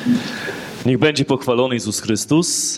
Niech będzie pochwalony Jezus Chrystus.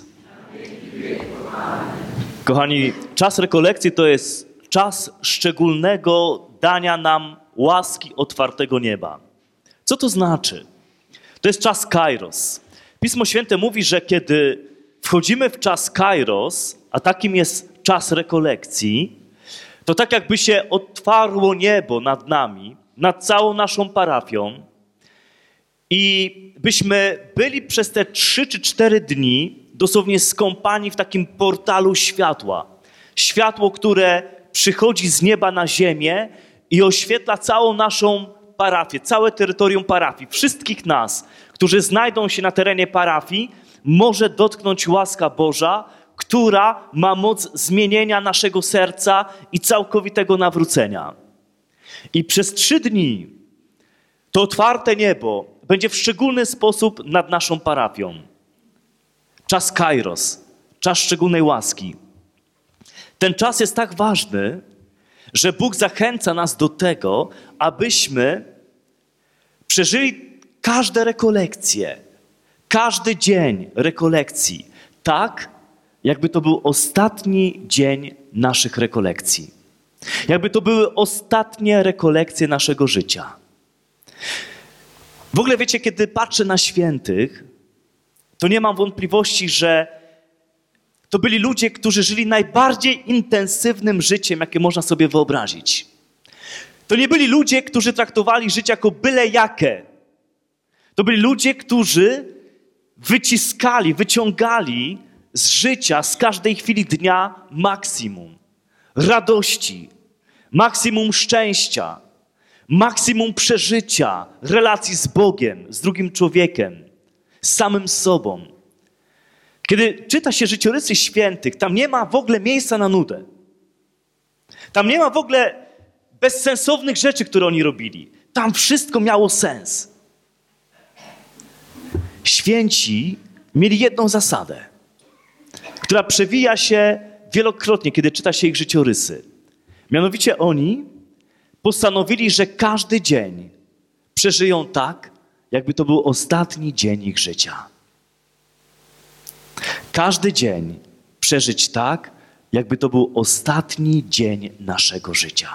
Kochani, czas rekolekcji to jest czas szczególnego dania nam łaski otwartego nieba. Co to znaczy? To jest czas Kairos. Pismo Święte mówi, że kiedy wchodzimy w czas Kairos, a takim jest czas rekolekcji, to tak jakby się otwarło niebo nad nami, nad całą naszą parafią i byśmy byli przez te 3 czy 4 dni dosłownie skąpani w takim portalu światła. Światło, które przychodzi z nieba na ziemię i oświetla całą naszą parafię, całe terytorium parafii. Wszystkich nas, którzy znajdą się na terenie parafii, może dotknąć łaska Boża, która ma moc zmienienia naszego serca i całkowitego nawrócenia. I przez 3 dni to otwarte niebo będzie w szczególny sposób nad naszą parafią. Czas Kairos, czas szczególnej łaski. Ten czas jest tak ważny, że Bóg zachęca nas do tego, abyśmy przeżyli każde rekolekcje, każdy dzień rekolekcji, tak jakby to był ostatni dzień naszych rekolekcji. Jakby to były ostatnie rekolekcje naszego życia. W ogóle wiecie, kiedy patrzę na świętych, to nie mam wątpliwości, że to byli ludzie, którzy żyli najbardziej intensywnym życiem, jakie można sobie wyobrazić. To nie byli ludzie, którzy traktowali życie jako byle jakie. To byli ludzie, którzy wyciągali z życia, z każdej chwili dnia maksimum radości, maksimum szczęścia, maksimum przeżycia, relacji z Bogiem, z drugim człowiekiem, z samym sobą. Kiedy czyta się życiorysy świętych, tam nie ma w ogóle miejsca na nudę. Tam nie ma w ogóle bezsensownych rzeczy, które oni robili. Tam wszystko miało sens. Święci mieli jedną zasadę, która przewija się wielokrotnie, kiedy czyta się ich życiorysy. Mianowicie oni postanowili, że każdy dzień przeżyją tak, jakby to był ostatni dzień ich życia. Każdy dzień przeżyć tak, jakby to był ostatni dzień naszego życia.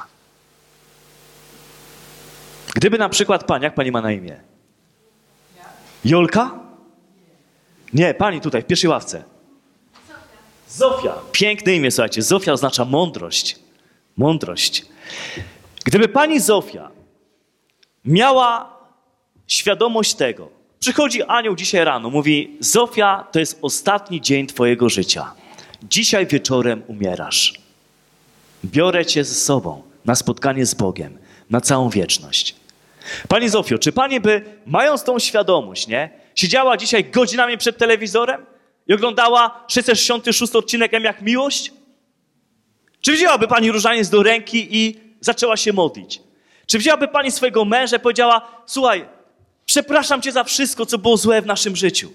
Gdyby na przykład pani, jak pani ma na imię? Jolka? Nie, pani tutaj, w pierwszej ławce. Zofia. Piękne imię, słuchajcie. Zofia oznacza mądrość. Mądrość. Gdyby pani Zofia miała świadomość tego, przychodzi anioł dzisiaj rano, mówi: Zofia, to jest ostatni dzień twojego życia. Dzisiaj wieczorem umierasz. Biorę cię ze sobą na spotkanie z Bogiem, na całą wieczność. Pani Zofio, czy pani by, mając tą świadomość, nie, siedziała dzisiaj godzinami przed telewizorem i oglądała 666 odcinek M jak miłość? Czy wzięłaby pani różaniec do ręki i zaczęła się modlić? Czy wzięłaby pani swojego męża i powiedziała: słuchaj, przepraszam cię za wszystko, co było złe w naszym życiu.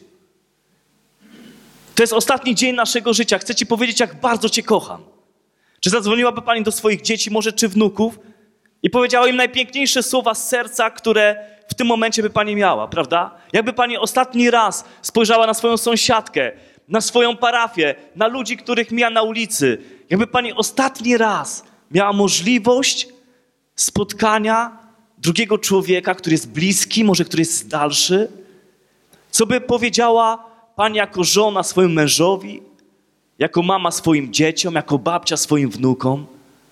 To jest ostatni dzień naszego życia. Chcę ci powiedzieć, jak bardzo cię kocham. Czy zadzwoniłaby pani do swoich dzieci, może czy wnuków i powiedziała im najpiękniejsze słowa z serca, które w tym momencie by pani miała, prawda? Jakby pani ostatni raz spojrzała na swoją sąsiadkę, na swoją parafię, na ludzi, których mija na ulicy. Jakby pani ostatni raz miała możliwość spotkania drugiego człowieka, który jest bliski, może który jest dalszy. Co by powiedziała pani jako żona swojemu mężowi, jako mama swoim dzieciom, jako babcia swoim wnukom?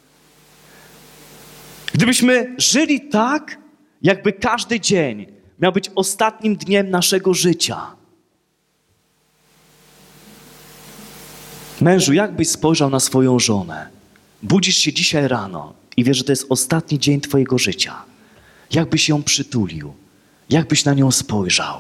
Gdybyśmy żyli tak, jakby każdy dzień miał być ostatnim dniem naszego życia. Mężu, jak byś spojrzał na swoją żonę? Budzisz się dzisiaj rano i wiesz, że to jest ostatni dzień twojego życia. Jak byś ją przytulił? Jak byś na nią spojrzał?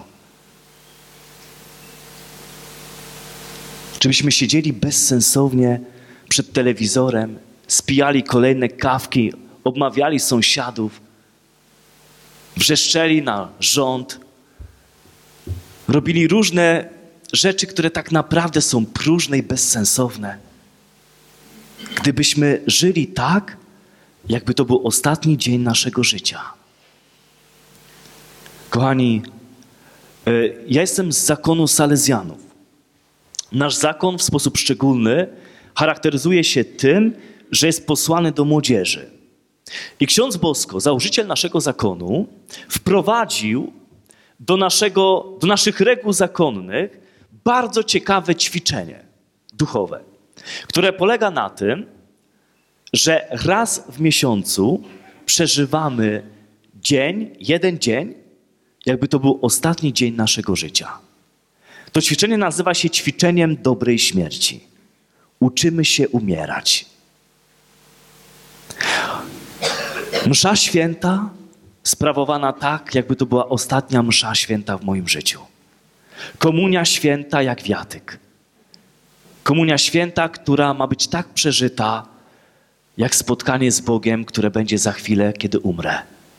Czy byśmy siedzieli bezsensownie przed telewizorem, spijali kolejne kawki, obmawiali sąsiadów, wrzeszczeli na rząd, robili różne rzeczy, które tak naprawdę są próżne i bezsensowne? Gdybyśmy żyli tak, jakby to był ostatni dzień naszego życia. Kochani, Ja jestem z zakonu Salezjanów. Nasz zakon w sposób szczególny charakteryzuje się tym, że jest posłany do młodzieży. I ksiądz Bosko, założyciel naszego zakonu, wprowadził do naszych reguł zakonnych bardzo ciekawe ćwiczenie duchowe, które polega na tym, że raz w miesiącu przeżywamy jeden dzień, jakby to był ostatni dzień naszego życia. To ćwiczenie nazywa się ćwiczeniem dobrej śmierci. Uczymy się umierać. Msza święta sprawowana tak, jakby to była ostatnia msza święta w moim życiu. Komunia święta jak wiatyk. Komunia święta, która ma być tak przeżyta, jak spotkanie z Bogiem, które będzie za chwilę, kiedy umrę.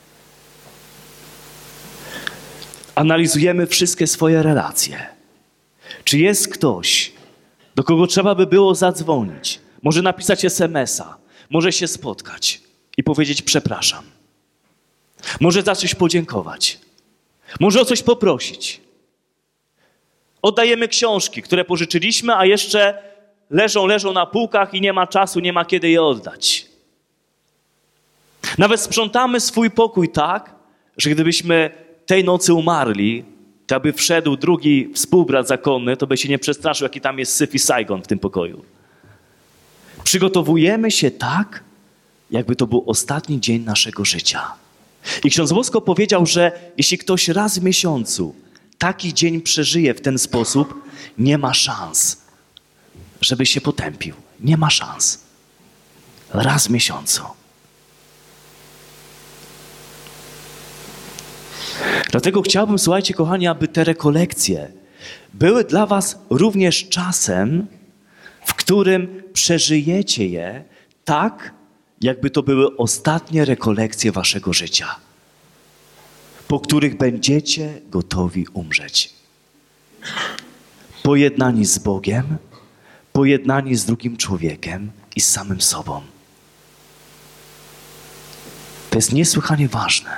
Analizujemy wszystkie swoje relacje. Czy jest ktoś, do kogo trzeba by było zadzwonić, może napisać SMS-a, może się spotkać i powiedzieć przepraszam. Może za coś podziękować. Może o coś poprosić. Oddajemy książki, które pożyczyliśmy, a jeszcze leżą na półkach i nie ma czasu, nie ma kiedy je oddać. Nawet sprzątamy swój pokój tak, że gdybyśmy tej nocy umarli, to aby wszedł drugi współbrat zakonny, to by się nie przestraszył, jaki tam jest syf i Saigon w tym pokoju. Przygotowujemy się tak, jakby to był ostatni dzień naszego życia. I ksiądz Bosko powiedział, że jeśli ktoś raz w miesiącu taki dzień przeżyje w ten sposób, nie ma szans, żeby się potępił. Nie ma szans. Raz w miesiącu. Dlatego chciałbym, słuchajcie, kochani, aby te rekolekcje były dla was również czasem, w którym przeżyjecie je tak, jakby to były ostatnie rekolekcje waszego życia, po których będziecie gotowi umrzeć. Pojednani z Bogiem, pojednani z drugim człowiekiem i z samym sobą. To jest niesłychanie ważne.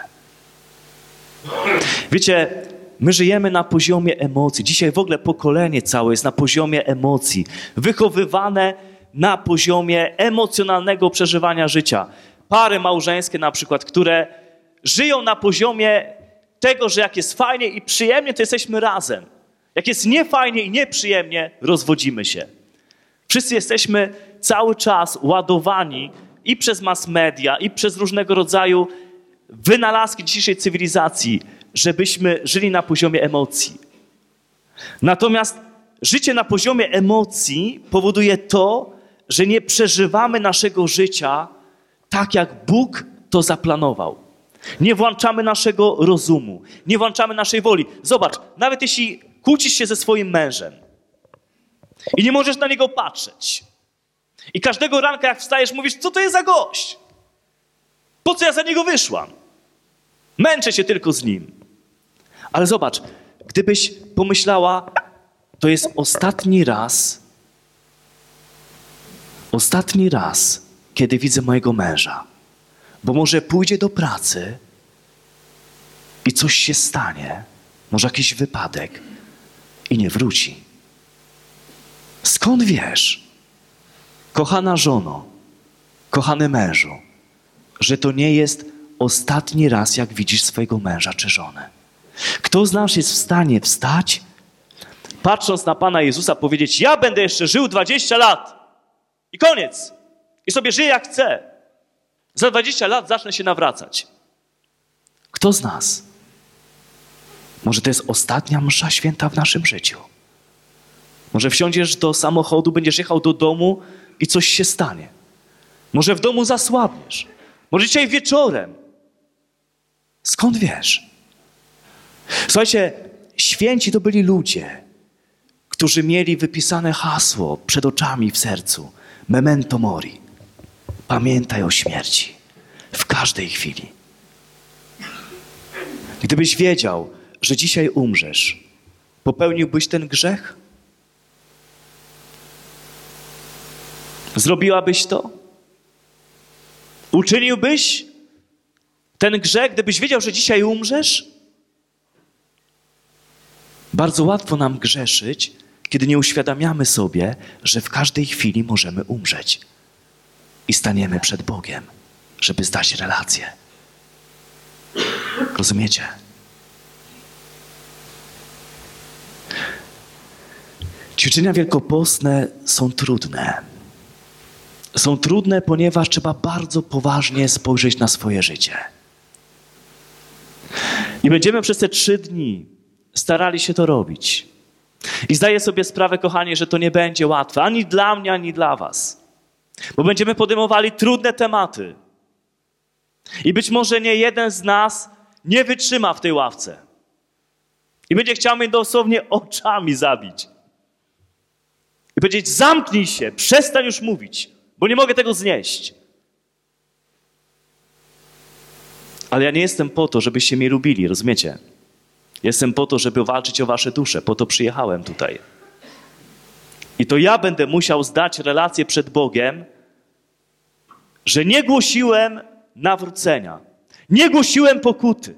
Wiecie, my żyjemy na poziomie emocji. Dzisiaj w ogóle pokolenie całe jest na poziomie emocji. Wychowywane na poziomie emocjonalnego przeżywania życia. Pary małżeńskie na przykład, które żyją na poziomie tego, że jak jest fajnie i przyjemnie, to jesteśmy razem. Jak jest niefajnie i nieprzyjemnie, rozwodzimy się. Wszyscy jesteśmy cały czas ładowani i przez mass media, i przez różnego rodzaju wynalazki dzisiejszej cywilizacji, żebyśmy żyli na poziomie emocji. Natomiast życie na poziomie emocji powoduje to, że nie przeżywamy naszego życia tak, jak Bóg to zaplanował. Nie włączamy naszego rozumu, nie włączamy naszej woli. Zobacz, nawet jeśli kłócisz się ze swoim mężem i nie możesz na niego patrzeć i każdego ranka jak wstajesz mówisz, co to jest za gość? Po co ja za niego wyszłam? Męczę się tylko z nim. Ale zobacz, gdybyś pomyślała, to jest ostatni raz, kiedy widzę mojego męża. Bo może pójdzie do pracy i coś się stanie, może jakiś wypadek i nie wróci. Skąd wiesz, kochana żono, kochany mężu, że to nie jest ostatni raz, jak widzisz swojego męża czy żonę? Kto z nas jest w stanie wstać, patrząc na Pana Jezusa, powiedzieć, ja będę jeszcze żył 20 lat i koniec. I sobie żyję jak chcę. Za 20 lat zacznę się nawracać. Kto z nas? Może to jest ostatnia msza święta w naszym życiu. Może wsiądziesz do samochodu, będziesz jechał do domu i coś się stanie. Może w domu zasłabniesz. Może dzisiaj wieczorem. Skąd wiesz? Słuchajcie, święci to byli ludzie, którzy mieli wypisane hasło przed oczami w sercu. Memento mori. Pamiętaj o śmierci. W każdej chwili. Gdybyś wiedział, że dzisiaj umrzesz, popełniłbyś ten grzech? Zrobiłabyś to? Uczyniłbyś ten grzech, gdybyś wiedział, że dzisiaj umrzesz? Bardzo łatwo nam grzeszyć, kiedy nie uświadamiamy sobie, że w każdej chwili możemy umrzeć i staniemy przed Bogiem, żeby zdać relację. Rozumiecie? Ćwiczenia wielkopostne są trudne. Są trudne, ponieważ trzeba bardzo poważnie spojrzeć na swoje życie. I będziemy przez te 3 dni starali się to robić. I zdaję sobie sprawę, kochani, że to nie będzie łatwe. Ani dla mnie, ani dla was. Bo będziemy podejmowali trudne tematy. I być może nie jeden z nas nie wytrzyma w tej ławce. I będzie chciał mnie dosłownie oczami zabić. I powiedzieć, zamknij się, przestań już mówić, bo nie mogę tego znieść. Ale ja nie jestem po to, żebyście mnie lubili, rozumiecie? Jestem po to, żeby walczyć o wasze dusze. Po to przyjechałem tutaj. I to ja będę musiał zdać relację przed Bogiem, że nie głosiłem nawrócenia. Nie głosiłem pokuty.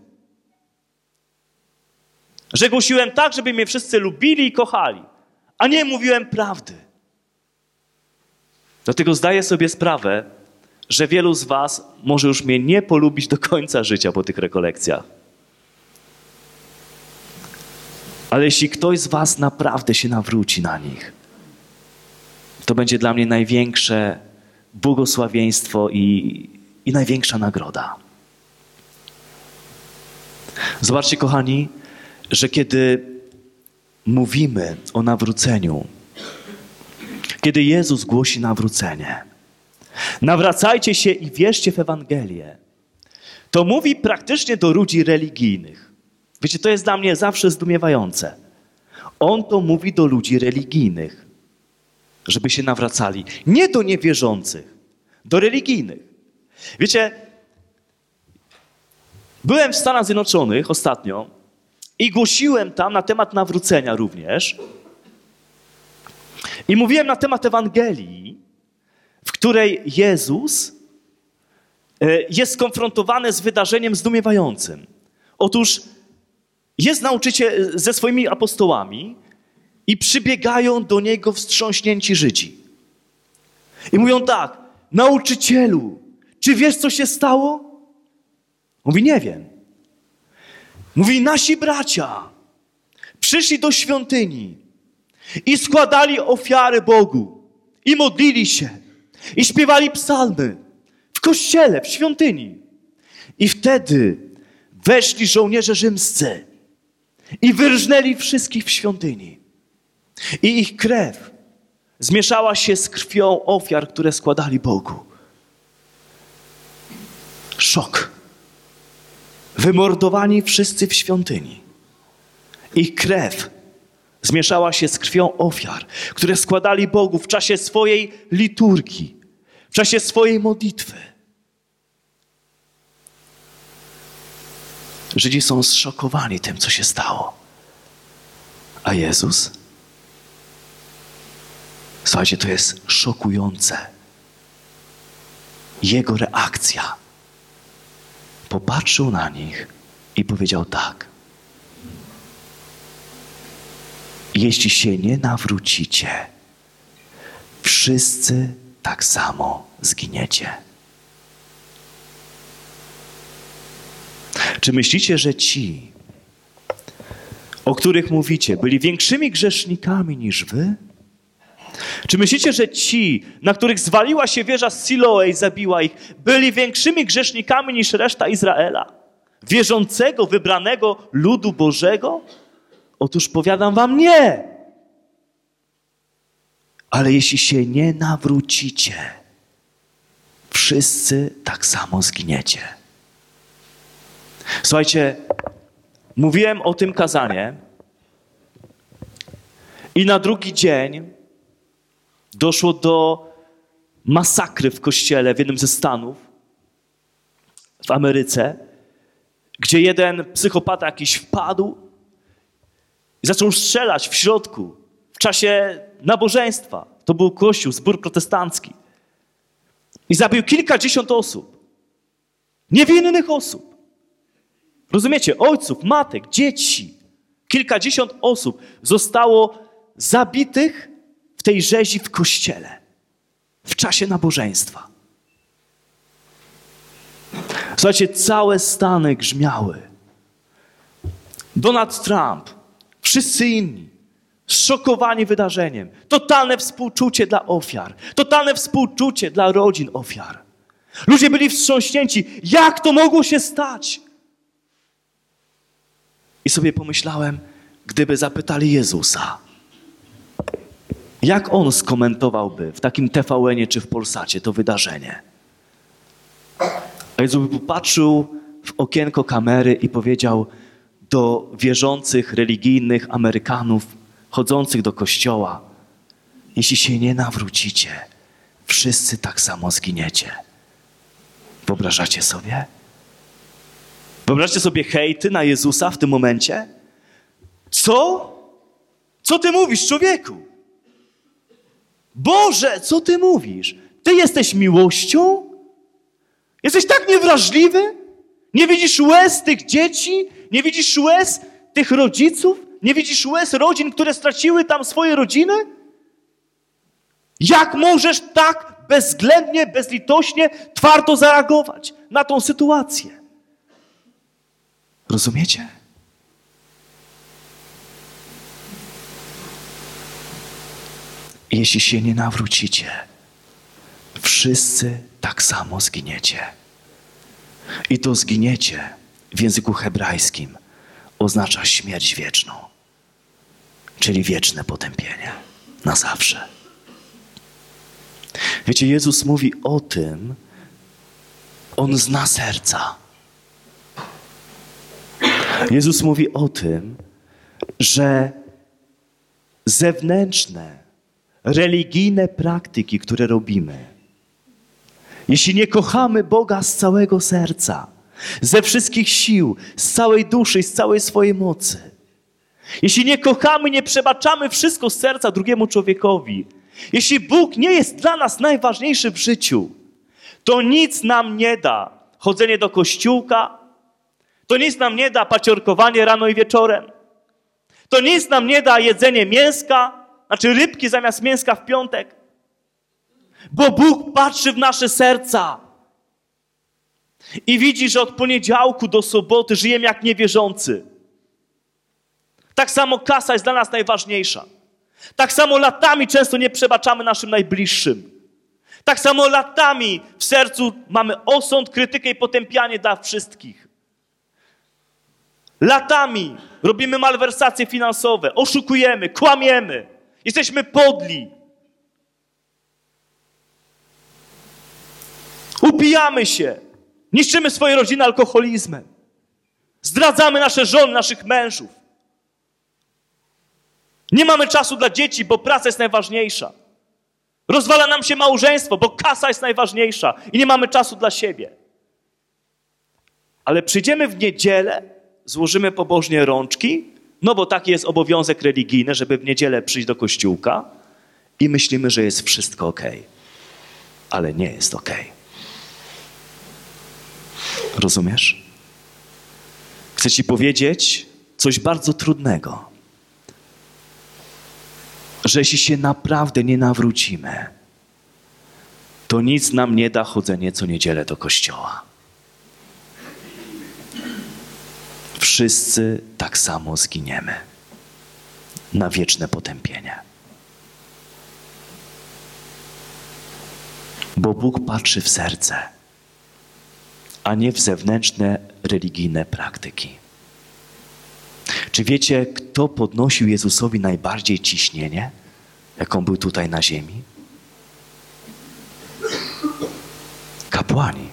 Że głosiłem tak, żeby mnie wszyscy lubili i kochali. A nie mówiłem prawdy. Dlatego zdaję sobie sprawę, że wielu z was może już mnie nie polubić do końca życia po tych rekolekcjach. Ale jeśli ktoś z was naprawdę się nawróci na nich, to będzie dla mnie największe błogosławieństwo i największa nagroda. Zobaczcie, kochani, że kiedy mówimy o nawróceniu, kiedy Jezus głosi nawrócenie, nawracajcie się i wierzcie w Ewangelię, to mówi praktycznie do ludzi religijnych. Wiecie, to jest dla mnie zawsze zdumiewające. On to mówi do ludzi religijnych, żeby się nawracali. Nie do niewierzących, do religijnych. Wiecie, byłem w Stanach Zjednoczonych ostatnio i głosiłem tam na temat nawrócenia również. I mówiłem na temat Ewangelii, w której Jezus jest skonfrontowany z wydarzeniem zdumiewającym. Otóż jest nauczyciel ze swoimi apostołami i przybiegają do Niego wstrząśnięci Żydzi. I mówią tak, nauczycielu, czy wiesz, co się stało? Mówi, nie wiem. Mówi, nasi bracia przyszli do świątyni i składali ofiary Bogu i modlili się i śpiewali psalmy w kościele, w świątyni. I wtedy weszli żołnierze rzymscy i wyrżnęli wszystkich w świątyni. I ich krew zmieszała się z krwią ofiar, które składali Bogu. Szok. Wymordowani wszyscy w świątyni. Ich krew zmieszała się z krwią ofiar, które składali Bogu w czasie swojej liturgii, w czasie swojej modlitwy. Żydzi są zszokowani tym, co się stało. A Jezus? Słuchajcie, to jest szokujące. Jego reakcja. Popatrzył na nich i powiedział tak. Jeśli się nie nawrócicie, wszyscy tak samo zginiecie. Czy myślicie, że ci, o których mówicie, byli większymi grzesznikami niż wy? Czy myślicie, że ci, na których zwaliła się wieża z Siloe i zabiła ich, byli większymi grzesznikami niż reszta Izraela? Wierzącego, wybranego ludu Bożego? Otóż powiadam wam, nie. Ale jeśli się nie nawrócicie, wszyscy tak samo zginiecie. Słuchajcie, mówiłem o tym kazanie i na drugi dzień doszło do masakry w kościele w jednym ze stanów w Ameryce, gdzie jeden psychopata jakiś wpadł i zaczął strzelać w środku w czasie nabożeństwa. To był kościół, zbór protestancki. I zabił kilkadziesiąt osób. Niewinnych osób. Rozumiecie? Ojców, matek, dzieci. Kilkadziesiąt osób zostało zabitych w tej rzezi w kościele w czasie nabożeństwa. Słuchajcie, całe Stany grzmiały. Donald Trump, wszyscy inni, zszokowani wydarzeniem. Totalne współczucie dla ofiar. Totalne współczucie dla rodzin ofiar. Ludzie byli wstrząśnięci. Jak to mogło się stać? I sobie pomyślałem, gdyby zapytali Jezusa, jak On skomentowałby w takim TVN-ie czy w Polsacie to wydarzenie? A Jezus by popatrzył w okienko kamery i powiedział do wierzących, religijnych Amerykanów, chodzących do kościoła: jeśli się nie nawrócicie, wszyscy tak samo zginiecie. Wyobrażacie sobie? Wyobraźcie sobie hejty na Jezusa w tym momencie? Co? Co ty mówisz, człowieku? Boże, co ty mówisz? Ty jesteś miłością? Jesteś tak niewrażliwy? Nie widzisz łez tych dzieci? Nie widzisz łez tych rodziców? Nie widzisz łez rodzin, które straciły tam swoje rodziny? Jak możesz tak bezwzględnie, bezlitośnie, twardo zareagować na tą sytuację? Rozumiecie? Jeśli się nie nawrócicie, wszyscy tak samo zginiecie. I to zginiecie w języku hebrajskim oznacza śmierć wieczną, czyli wieczne potępienie na zawsze. Wiecie, Jezus mówi o tym, On zna serca. Jezus mówi o tym, że zewnętrzne, religijne praktyki, które robimy, jeśli nie kochamy Boga z całego serca, ze wszystkich sił, z całej duszy, z całej swojej mocy, jeśli nie kochamy, nie przebaczamy wszystko z serca drugiemu człowiekowi, jeśli Bóg nie jest dla nas najważniejszy w życiu, to nic nam nie da chodzenie do kościółka, to nic nam nie da paciorkowanie rano i wieczorem, to nic nam nie da jedzenie mięska, znaczy rybki zamiast mięska w piątek. Bo Bóg patrzy w nasze serca i widzi, że od poniedziałku do soboty żyjemy jak niewierzący. Tak samo kasa jest dla nas najważniejsza. Tak samo latami często nie przebaczamy naszym najbliższym. Tak samo latami w sercu mamy osąd, krytykę i potępianie dla wszystkich. Latami robimy malwersacje finansowe, oszukujemy, kłamiemy, jesteśmy podli. Upijamy się, niszczymy swoje rodziny alkoholizmem. Zdradzamy nasze żony, naszych mężów. Nie mamy czasu dla dzieci, bo praca jest najważniejsza. Rozwala nam się małżeństwo, bo kasa jest najważniejsza i nie mamy czasu dla siebie. Ale przyjdziemy w niedzielę, złożymy pobożnie rączki, no bo taki jest obowiązek religijny, żeby w niedzielę przyjść do kościółka i myślimy, że jest wszystko okej. Ale nie jest okej. Rozumiesz? Chcę ci powiedzieć coś bardzo trudnego. Że jeśli się naprawdę nie nawrócimy, to nic nam nie da chodzenie co niedzielę do kościoła. Wszyscy tak samo zginiemy na wieczne potępienie. Bo Bóg patrzy w serce, a nie w zewnętrzne religijne praktyki. Czy wiecie, kto podnosił Jezusowi najbardziej ciśnienie, jaką był tutaj na ziemi? Kapłani,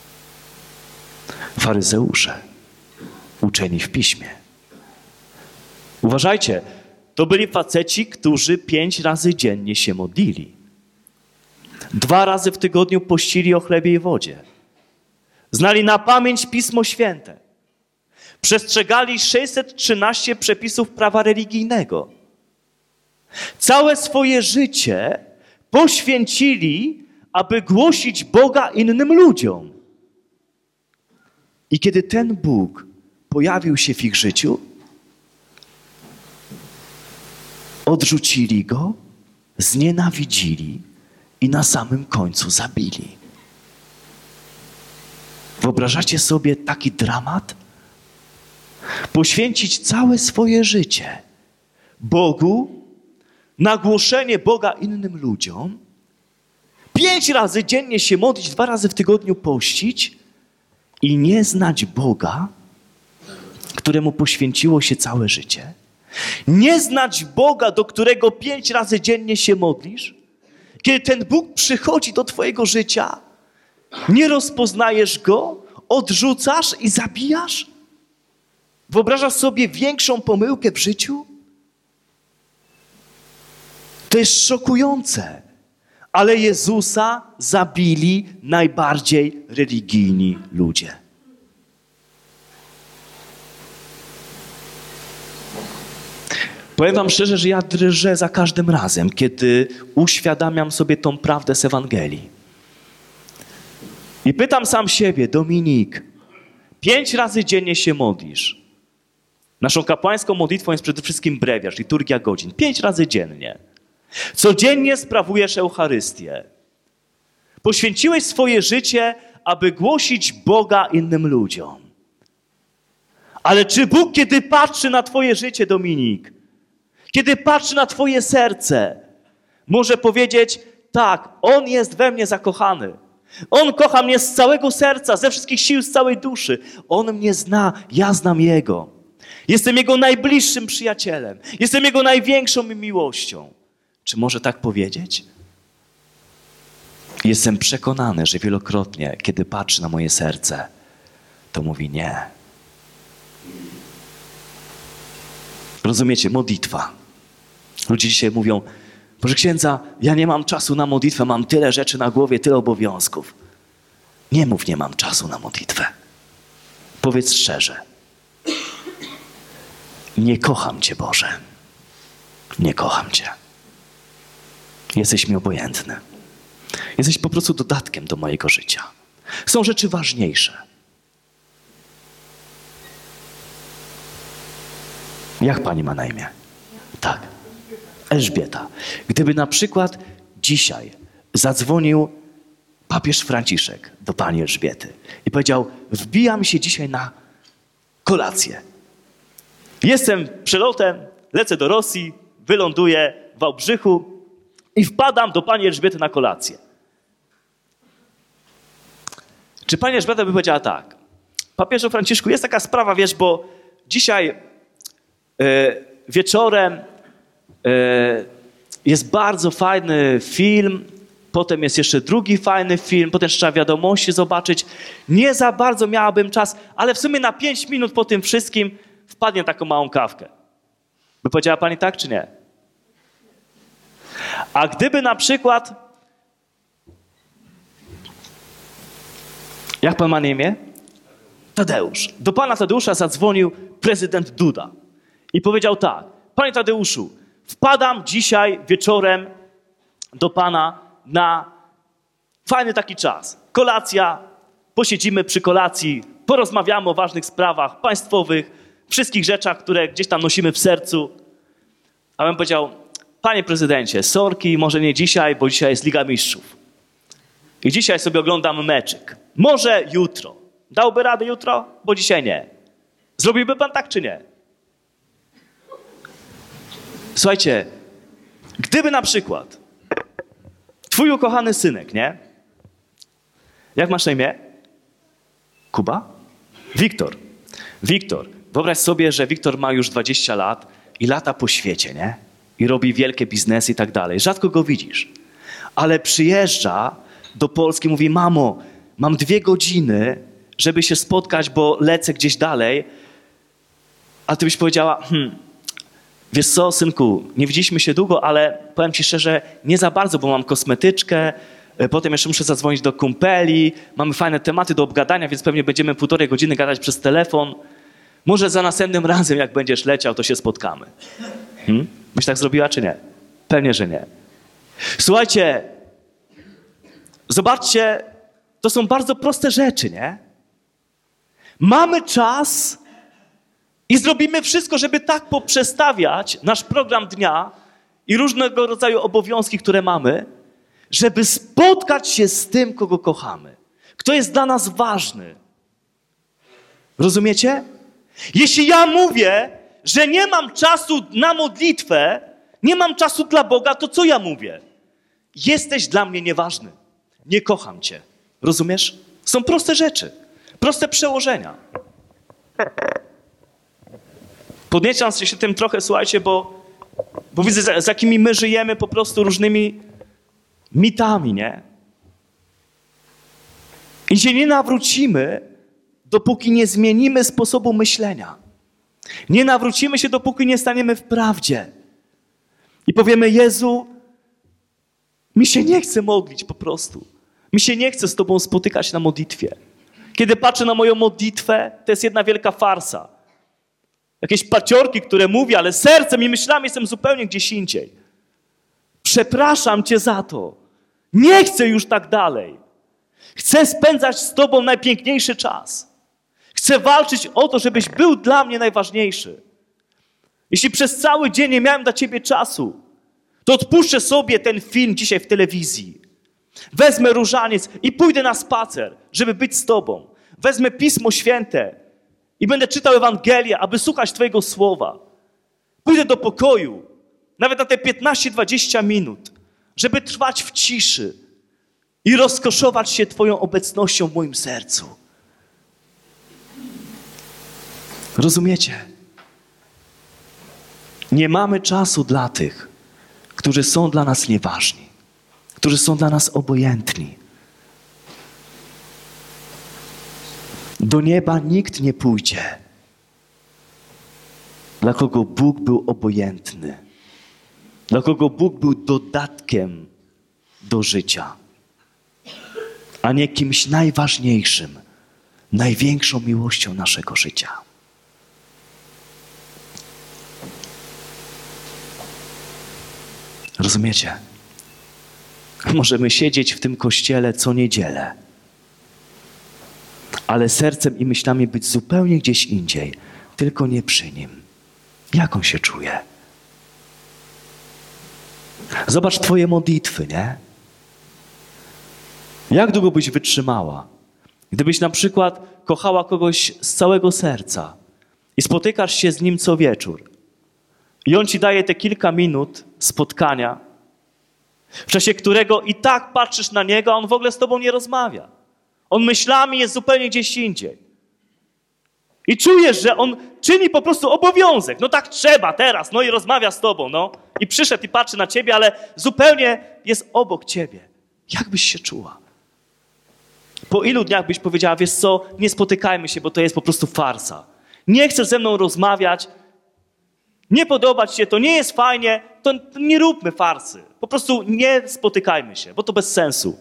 faryzeusze, uczeni w piśmie. Uważajcie, to byli faceci, którzy 5 razy dziennie się modlili. 2 razy w tygodniu pościli o chlebie i wodzie. Znali na pamięć Pismo Święte. Przestrzegali 613 przepisów prawa religijnego. Całe swoje życie poświęcili, aby głosić Boga innym ludziom. I kiedy ten Bóg pojawił się w ich życiu, Odrzucili go, znienawidzili i na samym końcu zabili. Wyobrażacie sobie taki dramat? Poświęcić całe swoje życie Bogu, na głoszenie Boga innym ludziom, 5 razy dziennie się modlić, 2 razy w tygodniu pościć i nie znać Boga, któremu poświęciło się całe życie. Nie znać Boga, do którego 5 razy dziennie się modlisz. Kiedy ten Bóg przychodzi do twojego życia, nie rozpoznajesz Go, odrzucasz i zabijasz? Wyobrażasz sobie większą pomyłkę w życiu? To jest szokujące. Ale Jezusa zabili najbardziej religijni ludzie. Powiem wam szczerze, że ja drżę za każdym razem, kiedy uświadamiam sobie tą prawdę z Ewangelii. I pytam sam siebie, Dominik, 5 razy dziennie się modlisz. Naszą kapłańską modlitwą jest przede wszystkim brewiarz, liturgia godzin. 5 razy dziennie. Codziennie sprawujesz Eucharystię. Poświęciłeś swoje życie, aby głosić Boga innym ludziom. Ale czy Bóg, kiedy patrzy na twoje życie, Dominik, kiedy patrzy na twoje serce, może powiedzieć, tak, On jest we mnie zakochany. On kocha mnie z całego serca, ze wszystkich sił, z całej duszy. On mnie zna, ja znam Jego. Jestem Jego najbliższym przyjacielem. Jestem Jego największą miłością. Czy może tak powiedzieć? Jestem przekonany, że wielokrotnie, kiedy patrzy na moje serce, to mówi nie. Rozumiecie? Modlitwa. Ludzie dzisiaj mówią, proszę księdza, ja nie mam czasu na modlitwę, mam tyle rzeczy na głowie, tyle obowiązków. Nie mów, nie mam czasu na modlitwę. Powiedz szczerze. Nie kocham Cię, Boże. Nie kocham Cię. Jesteś mi obojętny. Jesteś po prostu dodatkiem do mojego życia. Są rzeczy ważniejsze. Jak pani ma na imię? Tak. Elżbieta. Gdyby na przykład dzisiaj zadzwonił papież Franciszek do pani Elżbiety i powiedział, wbijam się dzisiaj na kolację. Jestem przelotem, lecę do Rosji, wyląduję w Wałbrzychu i wpadam do pani Elżbiety na kolację. Czy pani Elżbieta by powiedziała tak? Papieżu Franciszku, jest taka sprawa, wiesz, bo dzisiaj wieczorem jest bardzo fajny film, potem jest jeszcze drugi fajny film, potem trzeba wiadomości zobaczyć. Nie za bardzo miałabym czas, ale w sumie na 5 minut po tym wszystkim wpadnie taką małą kawkę. By powiedziała pani tak, czy nie? A gdyby na przykład... Jak pan ma na imię? Tadeusz. Do pana Tadeusza zadzwonił prezydent Duda i powiedział tak. Panie Tadeuszu, wpadam dzisiaj wieczorem do pana na fajny taki czas. Kolacja, posiedzimy przy kolacji, porozmawiamy o ważnych sprawach państwowych, wszystkich rzeczach, które gdzieś tam nosimy w sercu. A bym powiedział, panie prezydencie, sorki, może nie dzisiaj, bo dzisiaj jest Liga Mistrzów. I dzisiaj sobie oglądam meczyk. Może jutro. Dałby radę jutro? Bo dzisiaj nie. Zrobiłby pan tak, czy nie? Słuchajcie, gdyby na przykład twój ukochany synek, nie? Jak masz na imię? Kuba? Wiktor. Wiktor. Wyobraź sobie, że Wiktor ma już 20 lat i lata po świecie, nie? I robi wielkie biznesy i tak dalej. Rzadko go widzisz. Ale przyjeżdża do Polski, mówi, mamo, mam 2 godziny, żeby się spotkać, bo lecę gdzieś dalej. A ty byś powiedziała, wiesz co, synku, nie widzieliśmy się długo, ale powiem ci szczerze, nie za bardzo, bo mam kosmetyczkę, potem jeszcze muszę zadzwonić do kumpeli, mamy fajne tematy do obgadania, więc pewnie będziemy 1,5 godziny gadać przez telefon. Może za następnym razem, jak będziesz leciał, to się spotkamy. Byś tak zrobiła, czy nie? Pewnie, że nie. Słuchajcie, zobaczcie, to są bardzo proste rzeczy, nie? Mamy czas i zrobimy wszystko, żeby tak poprzestawiać nasz program dnia, i różnego rodzaju obowiązki, które mamy, żeby spotkać się z tym, kogo kochamy. Kto jest dla nas ważny. Rozumiecie? Jeśli ja mówię, że nie mam czasu na modlitwę, nie mam czasu dla Boga, to co ja mówię? Jesteś dla mnie nieważny. Nie kocham cię. Rozumiesz? Są proste rzeczy. Proste przełożenia. Podniecam się tym trochę, słuchajcie, bo widzę, z jakimi my żyjemy po prostu różnymi mitami, nie? I się nie nawrócimy, dopóki nie zmienimy sposobu myślenia. Nie nawrócimy się, dopóki nie staniemy w prawdzie. I powiemy, Jezu, mi się nie chce modlić po prostu. Mi się nie chce z Tobą spotykać na modlitwie. Kiedy patrzę na moją modlitwę, to jest jedna wielka farsa. Jakieś paciorki, które mówię, ale sercem i myślami jestem zupełnie gdzieś indziej. Przepraszam Cię za to. Nie chcę już tak dalej. Chcę spędzać z Tobą najpiękniejszy czas. Chcę walczyć o to, żebyś był dla mnie najważniejszy. Jeśli przez cały dzień nie miałem dla Ciebie czasu, to odpuszczę sobie ten film dzisiaj w telewizji. Wezmę różaniec i pójdę na spacer, żeby być z Tobą. Wezmę Pismo Święte i będę czytał Ewangelię, aby słuchać Twojego słowa. Pójdę do pokoju, nawet na te 15-20 minut, żeby trwać w ciszy i rozkoszować się Twoją obecnością w moim sercu. Rozumiecie? Nie mamy czasu dla tych, którzy są dla nas nieważni, którzy są dla nas obojętni. Do nieba nikt nie pójdzie, dla kogo Bóg był obojętny, dla kogo Bóg był dodatkiem do życia, a nie kimś najważniejszym, największą miłością naszego życia. Rozumiecie? Możemy siedzieć w tym kościele co niedzielę, ale sercem i myślami być zupełnie gdzieś indziej, tylko nie przy Nim. Jak On się czuje? Zobacz Twoje modlitwy, nie? Jak długo byś wytrzymała? Gdybyś na przykład kochała kogoś z całego serca i spotykasz się z nim co wieczór i on ci daje te kilka minut spotkania, w czasie którego i tak patrzysz na niego, a on w ogóle z tobą nie rozmawia. On myślami jest zupełnie gdzieś indziej. I czujesz, że on czyni po prostu obowiązek. No tak trzeba teraz, no i rozmawia z tobą, no. I przyszedł i patrzy na ciebie, ale zupełnie jest obok ciebie. Jak byś się czuła? Po ilu dniach byś powiedziała, wiesz co, nie spotykajmy się, bo to jest po prostu farsa. Nie chcesz ze mną rozmawiać, nie podoba ci się, to nie jest fajnie, to nie róbmy farsy. Po prostu nie spotykajmy się, bo to bez sensu.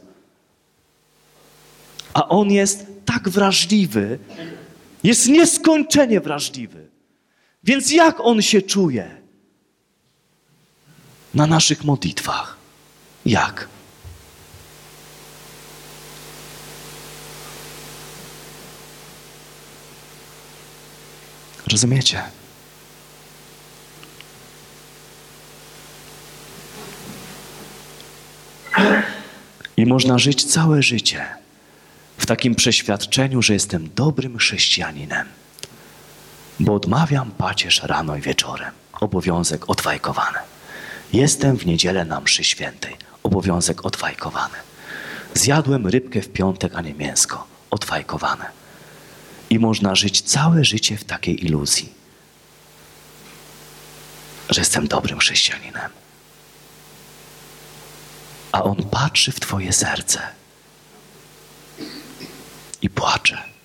A on jest tak wrażliwy, jest nieskończenie wrażliwy. Więc jak on się czuje na naszych modlitwach? Jak? Rozumiecie? I można żyć całe życie w takim przeświadczeniu, że jestem dobrym chrześcijaninem, bo odmawiam pacierz rano i wieczorem. Obowiązek odfajkowany. Jestem w niedzielę na mszy świętej. Obowiązek odfajkowany. Zjadłem rybkę w piątek, a nie mięsko. Odfajkowane. I można żyć całe życie w takiej iluzji, że jestem dobrym chrześcijaninem. A On patrzy w twoje serce i płacze.